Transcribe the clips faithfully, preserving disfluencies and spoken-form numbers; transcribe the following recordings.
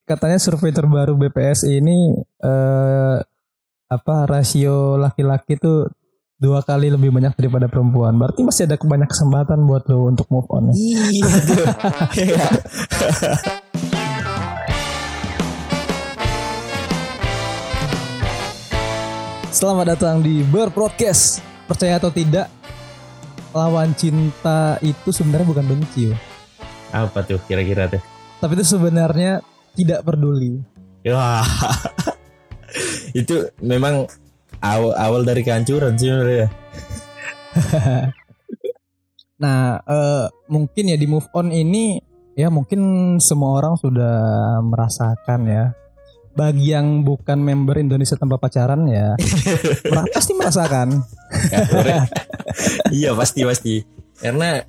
katanya survei terbaru B P S ini eh, apa rasio laki-laki tuh dua kali lebih banyak daripada perempuan. Berarti masih ada banyak kesempatan buat lo untuk move on. Iya tuh. Selamat datang di Berpodcast. Percaya atau tidak, lawan cinta itu sebenarnya bukan benci. Apa tuh kira-kira tuh? Tapi itu sebenarnya tidak peduli. Wah. Itu memang awal, awal dari kehancuran sih sebenarnya. Nah, uh, mungkin ya di move on ini ya mungkin semua orang sudah merasakan ya. Bagi yang bukan member Indonesia Tanpa Pacaran ya, pasti merasakan. Ya, iya pasti pasti. Karena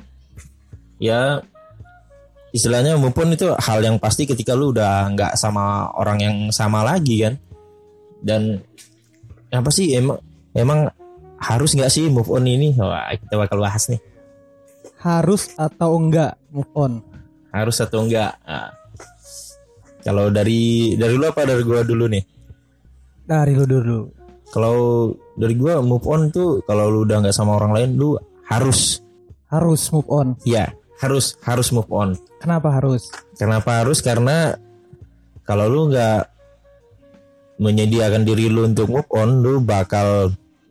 ya istilahnya move on itu hal yang pasti ketika lu udah nggak sama orang yang sama lagi kan. Dan apa sih emang emang harus nggak sih move on ini? Wah, kita bakal bahas nih. Harus atau enggak move on? Harus atau enggak? Nah, kalau dari dari lu apa dari gua dulu nih? Dari lu dulu. Kalau dari gua move on tuh kalau lu udah nggak sama orang lain lu harus harus move on. Iya, harus harus move on. Kenapa harus? Kenapa harus? Karena kalau lu nggak menyediakan diri lu untuk move on, lu bakal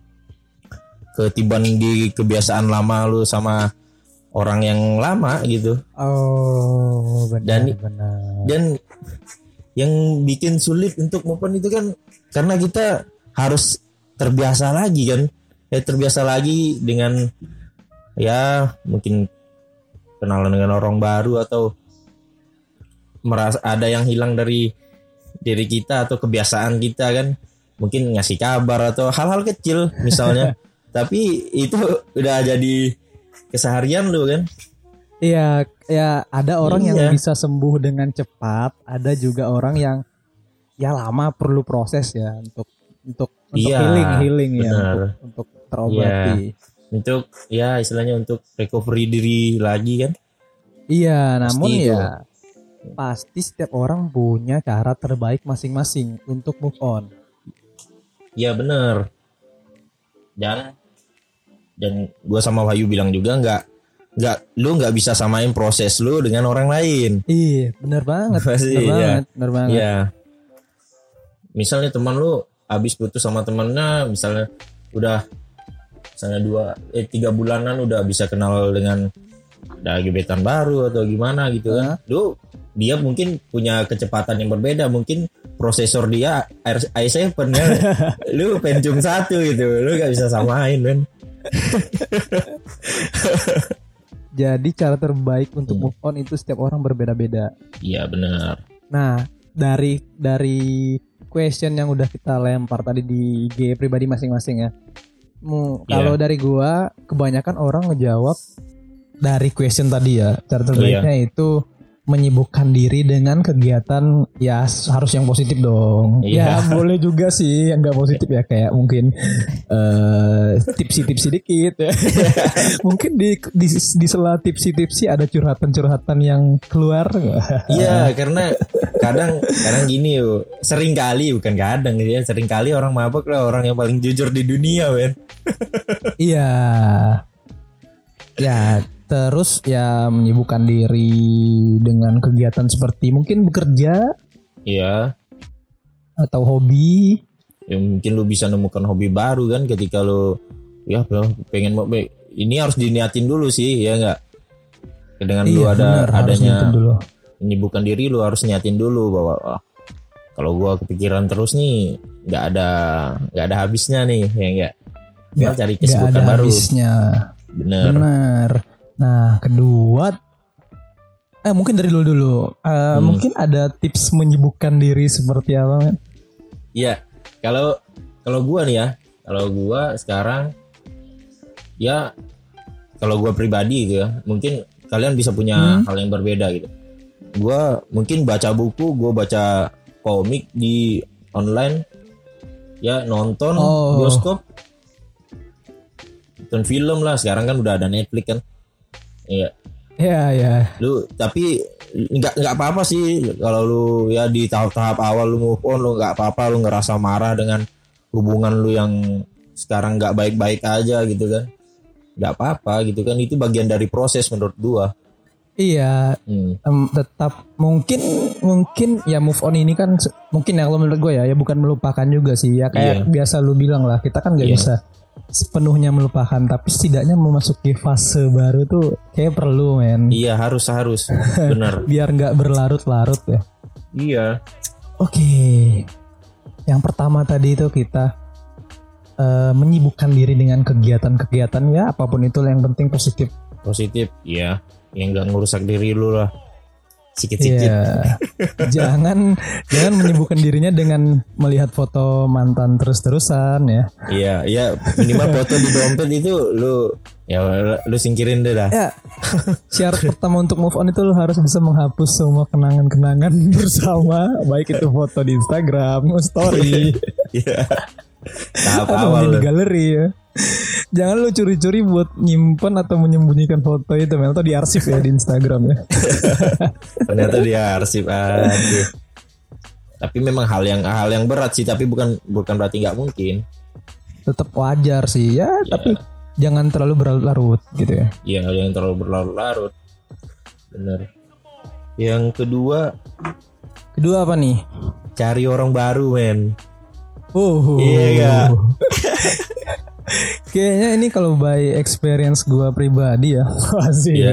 ketiban di kebiasaan lama lu sama orang yang lama gitu. Oh, benar dan, benar. Dan yang bikin sulit untuk move on itu kan karena kita harus terbiasa lagi kan. Ya terbiasa lagi dengan ya mungkin kenalan dengan orang baru atau merasa ada yang hilang dari diri kita atau kebiasaan kita kan. Mungkin ngasih kabar atau hal-hal kecil misalnya. Tapi itu udah jadi keseharian lu kan. Iya, ya ada orang iya. yang bisa sembuh dengan cepat, ada juga orang yang ya lama perlu proses ya untuk untuk untuk iya, healing healing ya untuk, untuk terobati. Iya. Untuk ya istilahnya untuk recovery diri lagi kan. Iya, pasti namun itu. Ya pasti setiap orang punya cara terbaik masing-masing untuk move on. Iya benar. Dan dan gue sama Wahyu bilang juga nggak nggak lu nggak bisa samain proses lu dengan orang lain. Iya benar banget. Pasti, benar ya. banget, benar banget. Iya. Misalnya teman lu habis putus sama temennya, misalnya udah misalnya dua eh tiga bulanan udah bisa kenal dengan ada gebetan baru atau gimana gitu kan. Uh. Lu dia mungkin punya kecepatan yang berbeda, mungkin prosesor dia i tujuh kan. Lu Pentium satu gitu, lu nggak bisa samain kan. Jadi cara terbaik untuk hmm. move on itu setiap orang berbeda-beda. Iya benar. Nah dari dari question yang udah kita lempar tadi di I G pribadi masing-masing ya. Mu, yeah. Kalau dari gua kebanyakan orang ngejawab dari question tadi ya. Cara terbaiknya oh, iya. itu menyibukkan diri dengan kegiatan ya harus yang positif dong. Iya. Ya boleh juga sih yang gak positif ya kayak mungkin uh, tipsi-tipsi dikit ya. Mungkin di, di di sela tipsi-tipsi ada curhatan-curhatan yang keluar. Iya karena kadang kadang gini yo, sering kali bukan kadang ya, sering kali orang mabuk lah orang yang paling jujur di dunia men. Iya. Ya terus ya menyibukkan diri dengan kegiatan seperti mungkin bekerja. Iya. Atau hobi. Ya mungkin lu bisa nemukan hobi baru kan ketika lu ya pengen mau ini harus diniatin dulu sih ya enggak. Dengan iya, lu ada bener, adanya menyibukkan diri lu harus niatin dulu bahwa oh, kalau gua kepikiran terus nih enggak ada enggak ada habisnya nih ya enggak. Gua cari kesibukan baru. Habisnya. Bener. Bener. Nah kedua eh mungkin dari dulu dulu uh, hmm. mungkin ada tips menyibukkan diri seperti apa kan? Iya kalau kalau gue nih ya kalau gue sekarang ya kalau gue pribadi gitu ya mungkin kalian bisa punya hmm. hal yang berbeda gitu. Gue mungkin baca buku, gue baca komik di online ya nonton oh. bioskop, nonton film lah sekarang kan udah ada Netflix kan. Iya. Iya, iya. Lu tapi nggak nggak apa-apa sih kalau lu ya di tahap-tahap awal lu move on, lu nggak apa-apa lu ngerasa marah dengan hubungan lu yang sekarang nggak baik-baik aja gitu kan, nggak apa-apa gitu kan, itu bagian dari proses menurut gua. Iya, hmm. um, tetap mungkin mungkin ya move on ini kan mungkin ya kalau menurut gue ya ya bukan melupakan juga sih ya kayak yeah. biasa lu bilang lah, kita kan nggak yeah. bisa sepenuhnya melupakan, tapi setidaknya memasuki fase baru tuh kayak perlu men. Iya harus harus benar. Biar nggak berlarut-larut ya. Iya. Oke, yang pertama tadi itu kita uh, menyibukkan diri dengan kegiatan-kegiatan ya apapun itu yang penting positif. Positif, iya. Yang gak ngerusak diri lu lah sikit-sikit. Yeah. jangan jangan menyibukkan dirinya dengan melihat foto mantan terus-terusan ya. Iya, iya minimal foto di dompet itu lu ya lu singkirin deh dah. Ya. Syarat pertama untuk move on itu lu harus bisa menghapus semua kenangan-kenangan bersama, baik itu foto di Instagram, story. Iya. Tahap atau awal di galeri ya. Jangan lu curi-curi buat nyimpen atau menyembunyikan foto itu, atau diarsip ya di Instagram ya. Ternyata diarsip aja. Tapi memang hal yang hal yang berat sih, tapi bukan bukan berarti nggak mungkin. Tetap wajar sih ya, ya. Tapi jangan terlalu berlarut-larut gitu ya. Iya, jangan terlalu berlarut-larut. Bener. Yang kedua, kedua apa nih? Cari orang baru, men. Oh, iya gak? Kayaknya ini kalau by experience gue pribadi ya, masih. Yeah.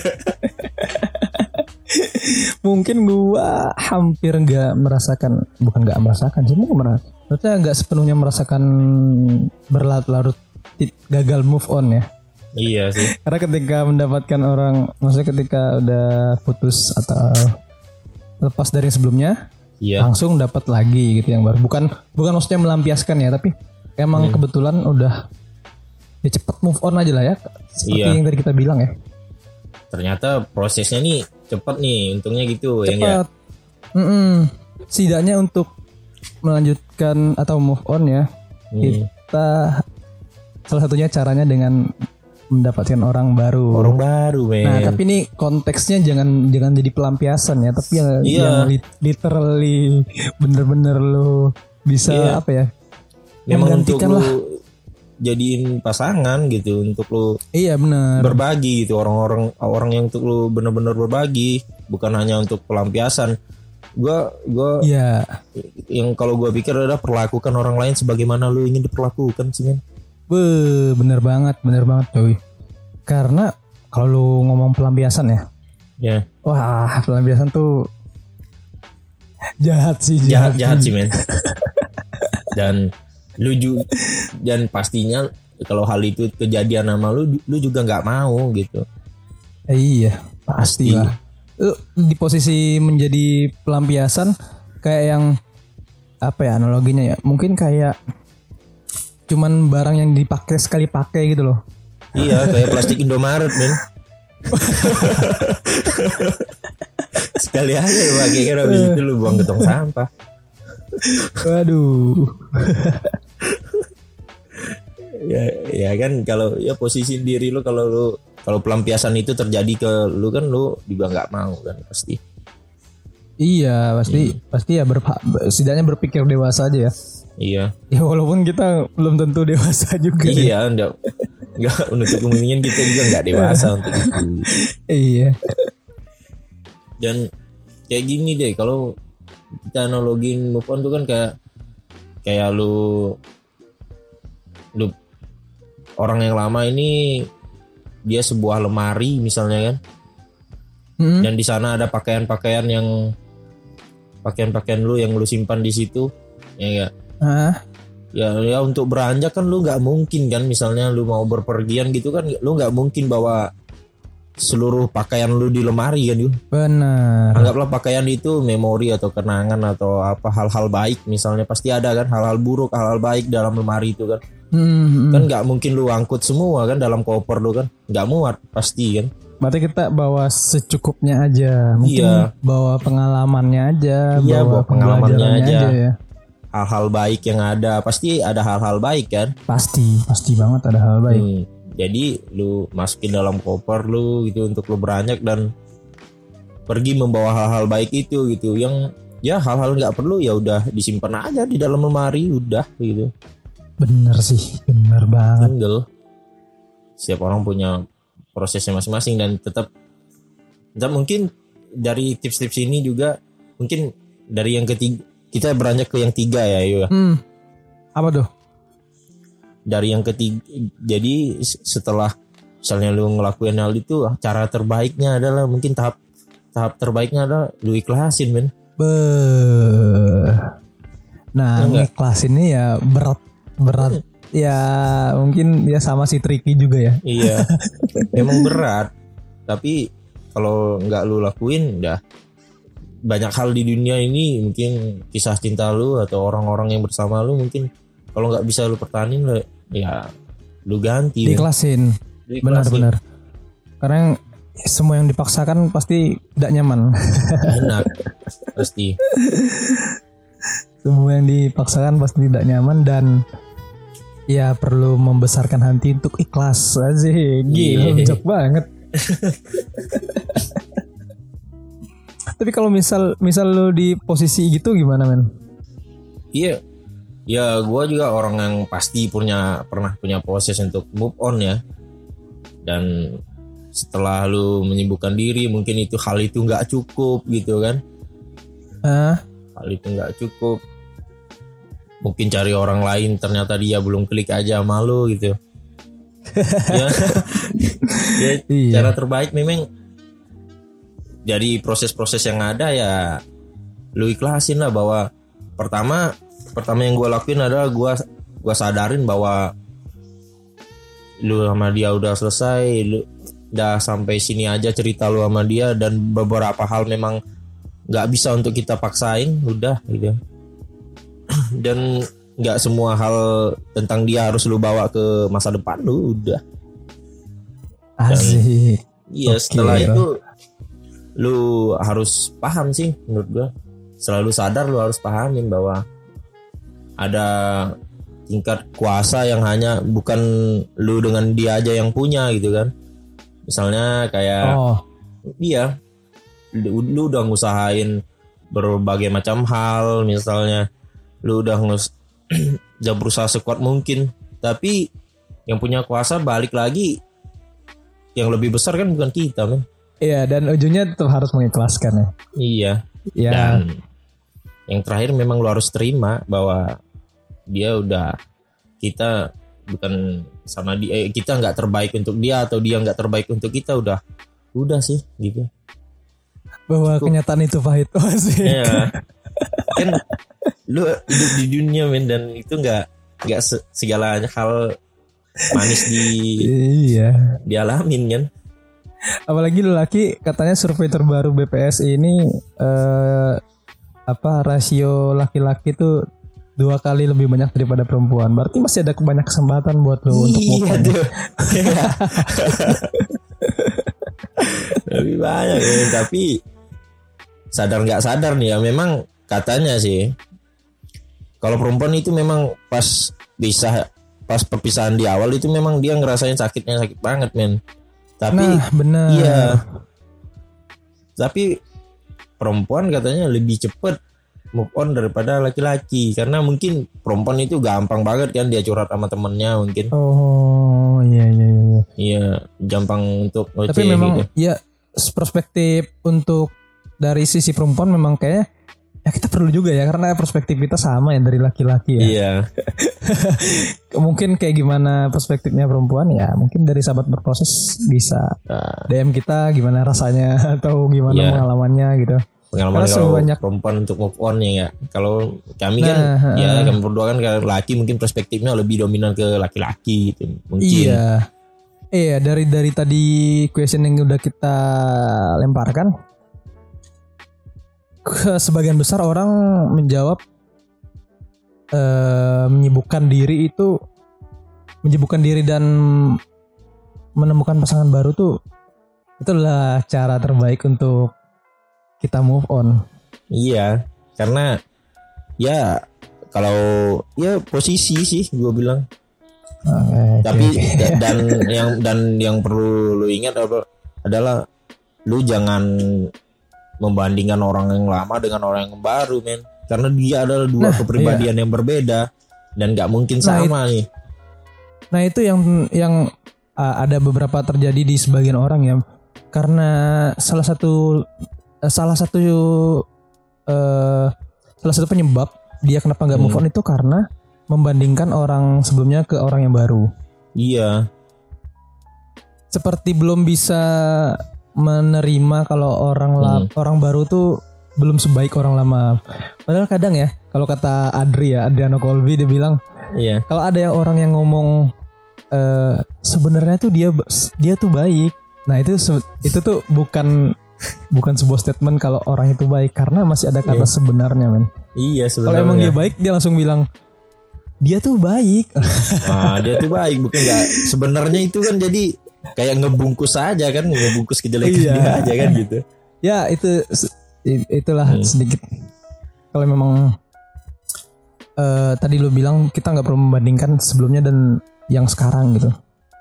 Mungkin gue hampir nggak merasakan, bukan nggak merasakan sih, mungkin merasa, maksudnya nggak sepenuhnya merasakan berlarut-larut gagal move on ya. Iya sih. Karena ketika mendapatkan orang, maksudnya ketika udah putus atau lepas dari sebelumnya. Iya. Langsung dapat lagi gitu yang baru. Bukan bukan maksudnya melampiaskan ya, tapi emang hmm. kebetulan udah ya cepet move on aja lah ya. Seperti iya. yang tadi kita bilang ya. Ternyata prosesnya nih cepet nih, untungnya gitu. Cepet. Ya mm setidaknya untuk melanjutkan atau move on ya, hmm. kita salah satunya caranya dengan mendapatkan orang baru. Orang baru, men. Nah, tapi ini konteksnya jangan jangan jadi pelampiasan ya, tapi yang, iya. yang literally bener-bener lo bisa iya. apa ya? Memang untuk lo jadiin pasangan gitu, untuk lo iya benar. berbagi gitu, orang-orang orang yang untuk lo bener-bener berbagi, bukan hanya untuk pelampiasan. Gua gua iya. yang kalau gua pikir adalah perlakukan orang lain sebagaimana lo ingin diperlakukan sih, men. Be, bener banget, bener banget coy. Karena kalau lu ngomong pelampiasan ya, ya, yeah. wah pelampiasan tuh jahat sih, jahat, jahat, jahat sih men. Dan lu juga, dan pastinya kalau hal itu kejadian sama lu, lu juga nggak mau gitu. Eh, iya, pasti lah. Lu di posisi menjadi pelampiasan kayak yang apa ya analoginya ya? Mungkin kayak cuman barang yang dipakai sekali pakai gitu loh. Iya, kayak plastik Indomaret, men. Sekali aja lu pakai, kan habis itu lu buang ke tong sampah. Waduh. ya, ya kan kalau ya posisi diri lu, kalau lu kalau pelampiasan itu terjadi ke lu kan lu juga nggak mau kan pasti. Iya, pasti hmm. pasti ya ber, setidaknya berpikir dewasa aja ya. Iya. Ya walaupun kita belum tentu dewasa juga. Iya, enggak. Enggak menutup kemungkinan kita juga enggak dewasa untuk itu. Iya. Dan kayak gini deh, kalau kita analogin move on tuh kan kayak kayak lu lu orang yang lama ini dia sebuah lemari misalnya kan. Hmm. Dan di sana ada pakaian-pakaian yang pakaian-pakaian lu yang lu simpan di situ, ya enggak? Hah? Ya, ya untuk beranjak kan lu nggak mungkin kan, misalnya lu mau berpergian gitu kan, lu nggak mungkin bawa seluruh pakaian lu di lemari kan yuk. Benar. Anggaplah pakaian itu memori atau kenangan atau apa hal-hal baik misalnya, pasti ada kan hal-hal buruk, hal-hal baik dalam lemari itu kan. Hmm. Kan nggak mungkin lu angkut semua kan dalam koper lu kan, nggak muat pasti kan. Berarti kita bawa secukupnya aja, mungkin iya. bawa pengalamannya aja, iya, bawa, bawa pengalamannya aja. aja ya. Hal-hal baik yang ada, pasti ada hal-hal baik kan? Pasti, pasti banget ada hal baik. Hmm, jadi lu masukin dalam koper lu gitu untuk lu beranjak, dan pergi membawa hal-hal baik itu gitu. Yang ya hal-hal nggak perlu ya udah disimpan aja di dalam lemari udah gitu. Bener sih, bener banget. Single. Setiap orang punya prosesnya masing-masing dan tetap dan mungkin dari tips-tips ini juga mungkin dari yang ketiga kita beranjak ke yang tiga ya, Yo. Hmm. Apa tuh? Dari yang ketiga, jadi setelah misalnya lu ngelakuin hal itu, cara terbaiknya adalah mungkin tahap tahap terbaiknya adalah lu ikhlasin, men. Beuh. Nah, Enggak. ikhlas ini ya berat berat ya mungkin ya sama si tricky juga ya. Iya. Memang berat. Tapi kalau nggak lu lakuin udah banyak hal di dunia ini, mungkin kisah cinta lu atau orang-orang yang bersama lu mungkin kalau nggak bisa lu pertahanin ya lu ganti. Diikhlasin. Benar-benar. Karena semua yang dipaksakan pasti tidak nyaman. Enak. Pasti. Semua yang dipaksakan pasti tidak nyaman dan ya perlu membesarkan hati untuk ikhlas aja. Gila, bijak banget. Tapi kalau misal misal lu di posisi gitu gimana, men? Iya. Ya gue juga orang yang pasti punya pernah punya proses untuk move on ya. Dan setelah lu menyibukkan diri mungkin itu hal itu nggak cukup gitu kan. Ah, Hal itu nggak cukup. Mungkin cari orang lain ternyata dia belum klik aja sama lu gitu. Ya. Ya, iya. cara terbaik memang dari proses-proses yang ada ya lu ikhlasin lah bahwa pertama pertama yang gue lakuin adalah gue gue sadarin bahwa lu sama dia udah selesai, lu udah sampai sini aja cerita lu sama dia dan beberapa hal memang nggak bisa untuk kita paksain, udah gitu. Dan nggak semua hal tentang dia harus lu bawa ke masa depan lu, udah. Asik. Iya, okay. Setelah itu lu harus paham sih menurut gua. Selalu sadar lu harus pahamin bahwa ada tingkat kuasa yang hanya bukan lu dengan dia aja yang punya gitu kan. Misalnya kayak oh. Iya, lu, lu udah ngusahain berbagai macam hal, misalnya lu udah ngus udah berusaha sekuat mungkin, tapi yang punya kuasa balik lagi yang lebih besar kan bukan kita, men. Iya, dan ujungnya tetap harus mengikhlaskan ya. Iya. Ya. Dan yang terakhir memang lu harus terima bahwa dia udah kita bukan sama dia, eh, kita nggak terbaik untuk dia atau dia nggak terbaik untuk kita, udah udah sih gitu. Bahwa cukup. Kenyataan itu pahit sih. Iya. Kan lu hidup di dunia, men, dan itu nggak nggak segala hal manis di iya dialamin kan. Apalagi lelaki, katanya survei terbaru B P S ini eh, apa rasio laki-laki tuh dua kali lebih banyak daripada perempuan. Berarti masih ada banyak kesempatan buat lo untuk move on. Lebih banyak ya, tapi sadar nggak sadar nih ya, memang katanya sih kalau perempuan itu memang pas bisa pas perpisahan di awal itu memang dia ngerasain sakitnya sakit banget, men. Tapi nah, benar. Iya. Tapi perempuan katanya lebih cepet move on daripada laki-laki, karena mungkin perempuan itu gampang banget kan dia curhat sama temennya mungkin. Oh iya iya iya. Iya, gampang untuk ngoceh. Tapi memang gitu. Ya perspektif untuk dari sisi perempuan memang kayaknya ya kita perlu juga ya, karena perspektif kita sama ya dari laki-laki ya. Iya. Mungkin kayak gimana perspektifnya perempuan ya, mungkin dari sahabat berproses bisa Nah. D M kita gimana rasanya atau gimana Iya. pengalamannya gitu. Pengalaman Karena kalau sebanyak perempuan untuk move on ya. Kalau kami kan Nah, ya uh. kami berdua kan kalau laki mungkin perspektifnya lebih dominan ke laki-laki gitu. Mungkin. Iya. Iya, dari dari tadi question yang udah kita lemparkan, ke sebagian besar orang menjawab eh, menyibukkan diri itu menyibukkan diri dan menemukan pasangan baru tuh itulah cara terbaik untuk kita move on. Iya, karena ya kalau ya posisi sih gue bilang. Okay, Tapi okay. dan yang dan yang perlu lu ingat apa adalah lu jangan membandingkan orang yang lama dengan orang yang baru, men. Karena dia adalah dua Nah, kepribadian iya. yang berbeda dan nggak mungkin Nah, sama nih. Nah itu yang yang uh, ada beberapa terjadi di sebagian orang ya, karena salah satu uh, salah satu uh, salah satu penyebab dia kenapa nggak move Hmm. on itu karena membandingkan orang sebelumnya ke orang yang baru. Iya, Seperti belum bisa menerima kalau orang la- Hmm. orang baru tuh belum sebaik orang lama. Padahal kadang ya, kalau kata Adri ya, Adriano Colby dia bilang, iya, kalau ada yang orang yang ngomong eh sebenarnya tuh dia dia tuh baik. Nah, itu se- itu tuh bukan bukan sebuah statement kalau orang itu baik, karena masih ada kata Iya. sebenarnya, men. iya Kalau sebenarnya. emang dia baik, dia langsung bilang dia tuh baik. Nah, dia tuh baik, bukan nggak. Sebenarnya itu kan jadi kayak ngebungkus aja kan, ngebungkus kejelekan Iya. dia aja kan gitu. Ya, itu i- itulah Hmm. sedikit. Kalau memang eh tadi lo bilang kita nggak perlu membandingkan sebelumnya dan yang sekarang gitu.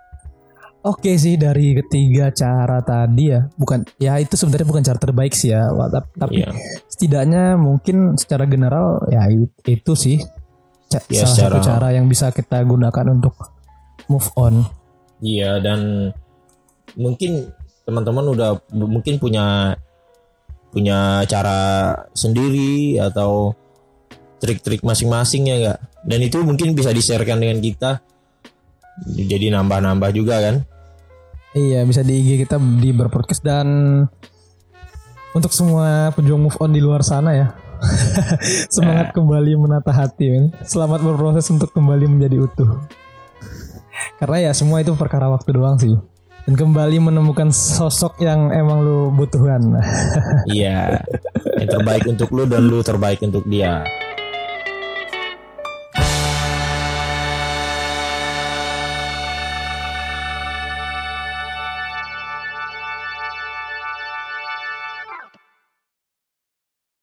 Oke sih, dari ketiga cara tadi ya, bukan ya itu sebenarnya bukan cara terbaik sih ya, Wah, tap- tapi Iya. setidaknya mungkin secara general ya i- itu sih ca- Ya, salah satu secara- cara yang bisa kita gunakan untuk move on. Iya, dan mungkin teman-teman udah mungkin punya punya cara sendiri atau trik-trik masing-masing ya enggak? Dan itu mungkin bisa di-sharekan dengan kita. Jadi nambah-nambah juga kan? Iya, bisa di I G kita di Berpodcast. Dan untuk semua pejuang move on di luar sana ya, semangat kembali menata hati, men. Selamat berproses untuk kembali menjadi utuh. Karena ya semua itu perkara waktu doang sih. Dan kembali menemukan sosok yang emang lu butuhkan. Iya. Yang terbaik untuk lu dan lu terbaik untuk dia.